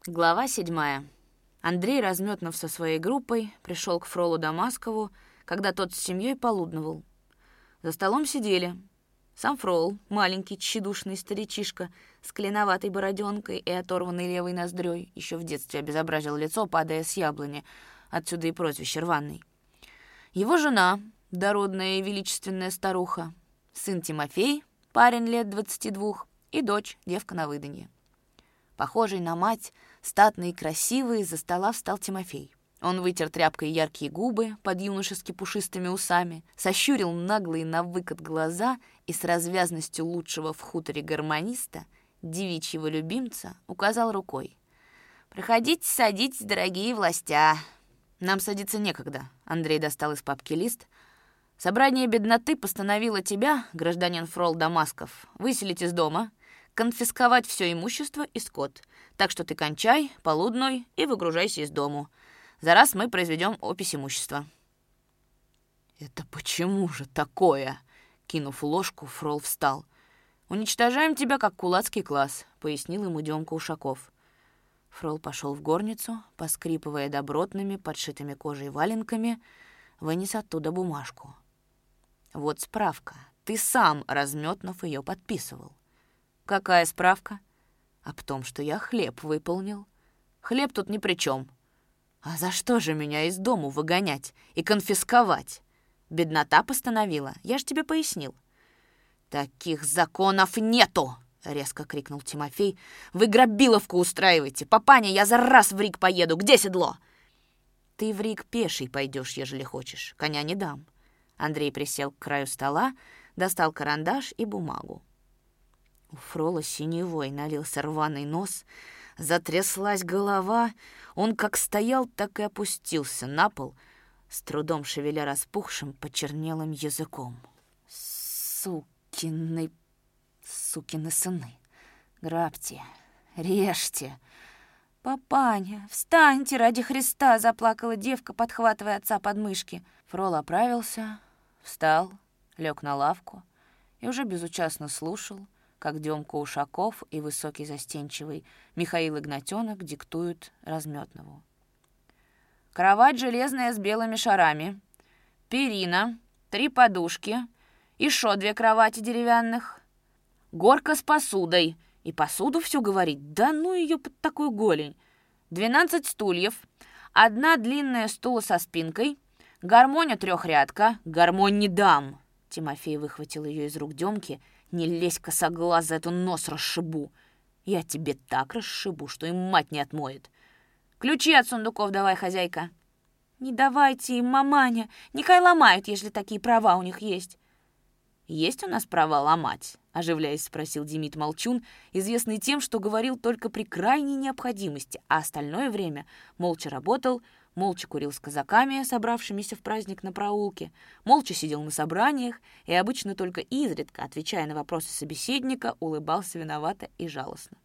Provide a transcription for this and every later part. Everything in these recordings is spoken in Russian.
Глава 7. Андрей Разметнов со своей группой пришел к фролу Дамаскову, когда тот с семьей полудновал. За столом сидели сам фрол, маленький тщедушный старичишка с кленоватой бороденкой и оторванной левой ноздрёй, еще в детстве обезобразил лицо, падая с яблони, отсюда и прозвище рваный. Его жена, дородная и величественная старуха, сын Тимофей, парень лет 22, и дочь, девка на выданье. Похожий на мать, статный и красивый, из-за стола встал Тимофей. Он вытер тряпкой яркие губы под юношески пушистыми усами, сощурил наглые навыкат глаза и с развязностью лучшего в хуторе гармониста, девичьего любимца, указал рукой. «Проходите, садитесь, дорогие властя». «Нам садиться некогда», — Андрей достал из папки лист. «Собрание бедноты постановило тебя, гражданин фрол Дамасков, выселить из дома, конфисковать все имущество и скот. Так что ты кончай, полудной, и выгружайся из дому. За раз мы произведем опись имущества». «Это почему же такое?» Кинув ложку, фрол встал. «Уничтожаем тебя, как кулацкий класс», — пояснил ему Демка Ушаков. Фрол пошел в горницу, поскрипывая добротными, подшитыми кожей валенками, вынес оттуда бумажку. «Вот справка. Ты сам, Разметнов, ее подписывал». «Какая справка?» «Об том, что я хлеб выполнил». «Хлеб тут ни при чем». «А за что же меня из дому выгонять и конфисковать?» «Беднота постановила, я ж тебе пояснил». «Таких законов нету!» — резко крикнул Тимофей. «Вы грабиловку устраиваете! Папаня, я за раз в Риг поеду! Где седло?» «Ты в Риг пеший пойдешь, ежели хочешь. Коня не дам». Андрей присел к краю стола, достал карандаш и бумагу. У фрола синевой налился рваный нос, затряслась голова. Он как стоял, так и опустился на пол, с трудом шевеля распухшим, почернелым языком. «Сукины сыны! Грабьте, режьте!» «Папаня, встаньте ради Христа!» — заплакала девка, подхватывая отца под мышки. Фрол оправился, встал, лег на лавку и уже безучастно слушал, как Демка Ушаков и высокий застенчивый Михаил Игнатенок диктуют Разметнову. «Кровать железная с белыми шарами, перина, 3 подушки, еще 2 кровати деревянных, горка с посудой». И посуду всю говорит, да ну ее под такую голень. 12 стульев, 1 длинная стула со спинкой, гармоня 3-рядка. «Гармонь не дам!» Тимофей выхватил ее из рук Демки. «Не лезь, косоглаз, за эту нос расшибу. Я тебе так расшибу, что и мать не отмоет. Ключи от сундуков давай, хозяйка». «Не давайте им, маманя, нехай ломают, если такие права у них есть». «Есть у нас права ломать?» — оживляясь, спросил Демид Молчун, известный тем, что говорил только при крайней необходимости, а остальное время молча работал, молча курил с казаками, собравшимися в праздник на проулке, молча сидел на собраниях и обычно только изредка, отвечая на вопросы собеседника, улыбался виновато и жалостно.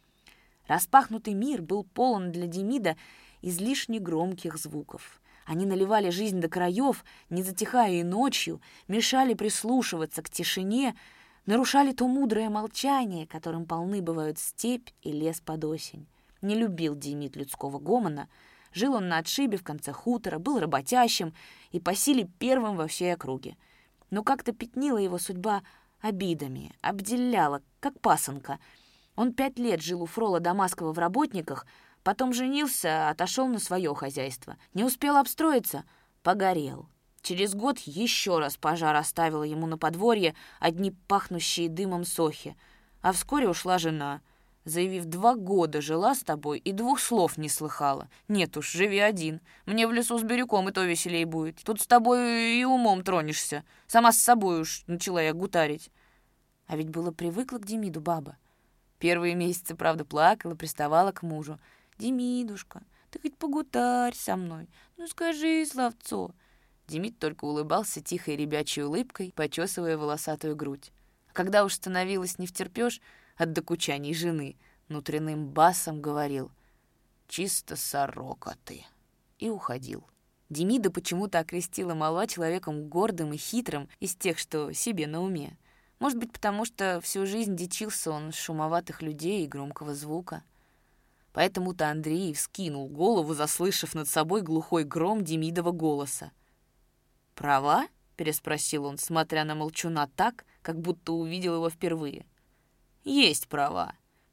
Распахнутый мир был полон для Демида излишне громких звуков. Они наливали жизнь до краев, не затихая и ночью, мешали прислушиваться к тишине, нарушали то мудрое молчание, которым полны бывают степь и лес под осень. Не любил Демид людского гомона. Жил он на отшибе в конце хутора, был работящим и по силе первым во всей округе. Но как-то пятнила его судьба обидами, обделяла, как пасынка. Он 5 лет жил у фрола Дамаскова в работниках, потом женился, отошел на свое хозяйство. Не успел обстроиться — погорел. Через год еще раз пожар оставил ему на подворье одни пахнущие дымом сохи. А вскоре ушла жена, заявив: 2 года жила с тобой и 2 слов не слыхала. Нет уж, живи один. Мне в лесу с бирюком и то веселей будет. Тут с тобой и умом тронешься. Сама с собой уж начала я гутарить. А ведь было привыкла к Демиду баба. Первые месяцы, правда, плакала, приставала к мужу. «Демидушка, ты хоть погутарь со мной. Ну скажи словцо». Демид только улыбался тихой ребячей улыбкой, почесывая волосатую грудь. А когда уж становилось невтерпёшь от докучаний жены, внутренним басом говорил: «Чисто сорока ты», и уходил. Демида почему-то окрестила молва человеком гордым и хитрым, из тех, что себе на уме. Может быть, потому что всю жизнь дичился он шумоватых людей и громкого звука. Поэтому-то Андрей вскинул голову, заслышав над собой глухой гром Демидова голоса. «Права?» — переспросил он, смотря на Молчуна так, как будто увидел его впервые. «Есть права».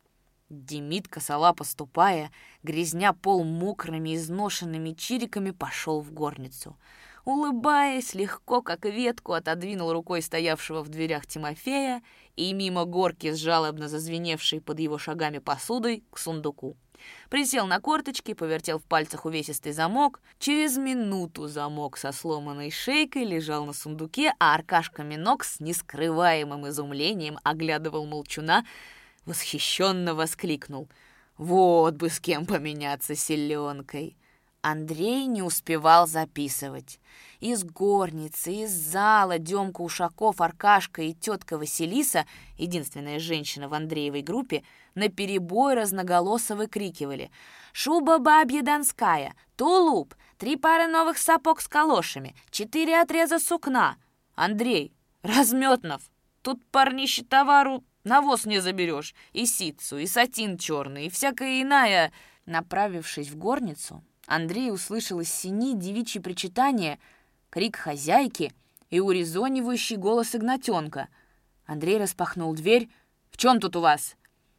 Демид, косолапо ступая, грязня пол мокрыми изношенными чириками, пошел в горницу. Улыбаясь, легко, как ветку, отодвинул рукой стоявшего в дверях Тимофея и мимо горки с жалобно зазвеневшей под его шагами посудой к сундуку. Присел на корточки, повертел в пальцах увесистый замок. Через минуту замок со сломанной шейкой лежал на сундуке, а Аркашка Минок с нескрываемым изумлением оглядывал Молчуна, восхищенно воскликнул: «Вот бы с кем поменяться селенкой!» Андрей не успевал записывать. Из горницы, из зала Демка Ушаков, Аркашка и тетка Василиса, единственная женщина в Андреевой группе, наперебой разноголосо выкрикивали: «Шуба бабья донская, тулуп, 3 пары новых сапог с калошами, 4 отреза сукна. Андрей, Разметнов, тут парнище товару навоз не заберешь, и ситцу, и сатин черный, и всякая иная». Направившись в горницу, Андрей услышал из сени девичьи причитания, крик хозяйки и урезонивающий голос Игнатенка. Андрей распахнул дверь. «В чем тут у вас?»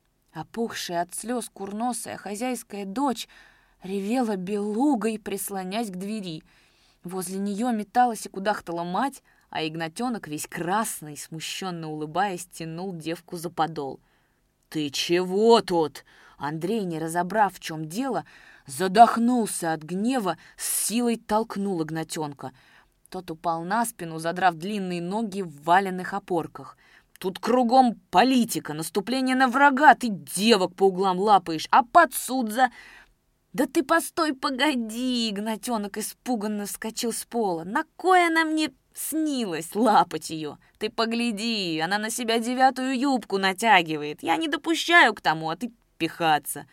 Опухшая от слез курносая хозяйская дочь ревела белугой, прислонясь к двери. Возле нее металась и кудахтала мать, а Игнатенок, весь красный, смущенно улыбаясь, тянул девку за подол. «Ты чего тут?» Андрей, не разобрав, в чем дело, задохнулся от гнева, с силой толкнул Игнатенка. Тот упал на спину, задрав длинные ноги в валенных опорках. «Тут кругом политика, наступление на врага, ты девок по углам лапаешь, а под суд за...» «Да ты постой, погоди!» Игнатенок испуганно вскочил с пола. «На кой она мне снилась лапать ее? Ты погляди, она на себя 9-ю юбку натягивает. Я не допущаю к тому, а ты пихаться».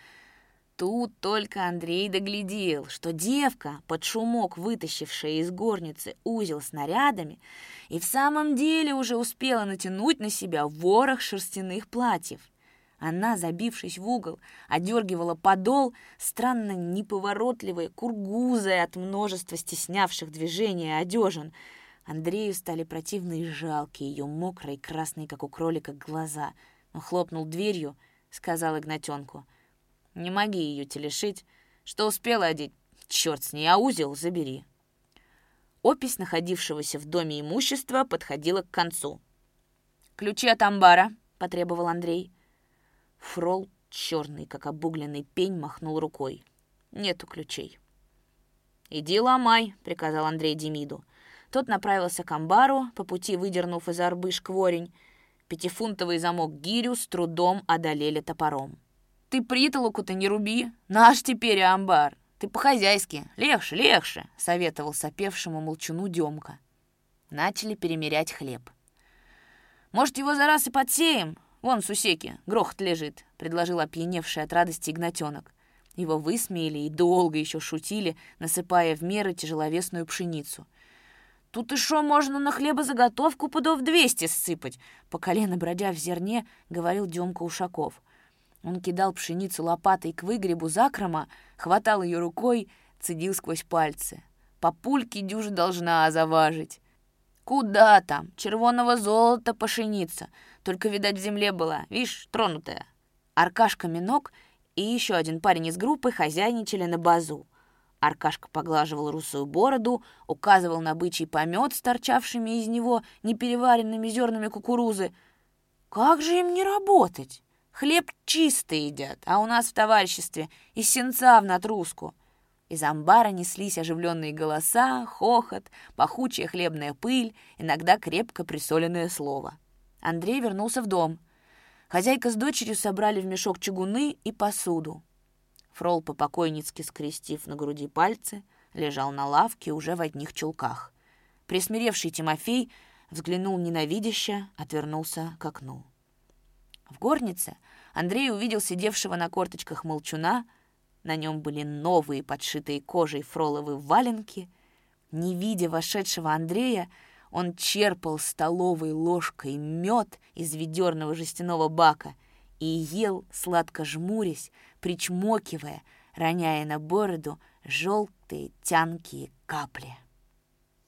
Тут только Андрей доглядел, что девка, под шумок вытащившая из горницы узел с нарядами, и в самом деле уже успела натянуть на себя ворох шерстяных платьев. Она, забившись в угол, одергивала подол, странно неповоротливой, кургузой от множества стеснявших движения одежин. Андрею стали противны и жалкие ее мокрые, красные, как у кролика, глаза. Он хлопнул дверью, сказал Игнатенку: «Не моги ее телешить, что успела одеть, черт с ней, а узел забери». Опись находившегося в доме имущества подходила к концу. «Ключи от амбара», — потребовал Андрей. Фрол, черный, как обугленный пень, махнул рукой. «Нету ключей». «Иди ломай», — приказал Андрей Демиду. Тот направился к амбару, по пути выдернув из арбы шкворень. 5-фунтовый замок гирю с трудом одолели топором. «Ты притолоку-то не руби, наш теперь амбар. Ты по-хозяйски, легче», — советовал сопевшему Молчуну Демка. Начали перемерять хлеб. «Может, его за раз и подсеем? Вон в сусеке грохот лежит», — предложил опьяневший от радости Игнатенок. Его высмеяли и долго еще шутили, насыпая в меры тяжеловесную пшеницу. «Тут и шо можно на хлебозаготовку пудов 200 ссыпать», — по колено бродя в зерне, говорил Демка Ушаков. Он кидал пшеницу лопатой к выгребу закрома, хватал ее рукой, цедил сквозь пальцы. «По пульке дюжа должна заважить». «Куда там? Червоного золота пшеница. Только, видать, в земле была. Вишь, тронутая». Аркашка Минок и еще один парень из группы хозяйничали на базу. Аркашка поглаживал русую бороду, указывал на бычий помет с торчавшими из него непереваренными зернами кукурузы. «Как же им не работать? Хлеб чистый едят, а у нас в товариществе и сенца в натруску». Из амбара неслись оживленные голоса, хохот, пахучая хлебная пыль, иногда крепко присоленное слово. Андрей вернулся в дом. Хозяйка с дочерью собрали в мешок чугуны и посуду. Фрол, по-покойницки скрестив на груди пальцы, лежал на лавке уже в одних чулках. Присмиревший Тимофей взглянул ненавидяще, отвернулся к окну. В горнице Андрей увидел сидевшего на корточках Молчуна. На нем были новые, подшитые кожей фроловые валенки. Не видя вошедшего Андрея, он черпал столовой ложкой мед из ведерного жестяного бака и ел, сладко жмурясь, причмокивая, роняя на бороду желтые тянкие капли.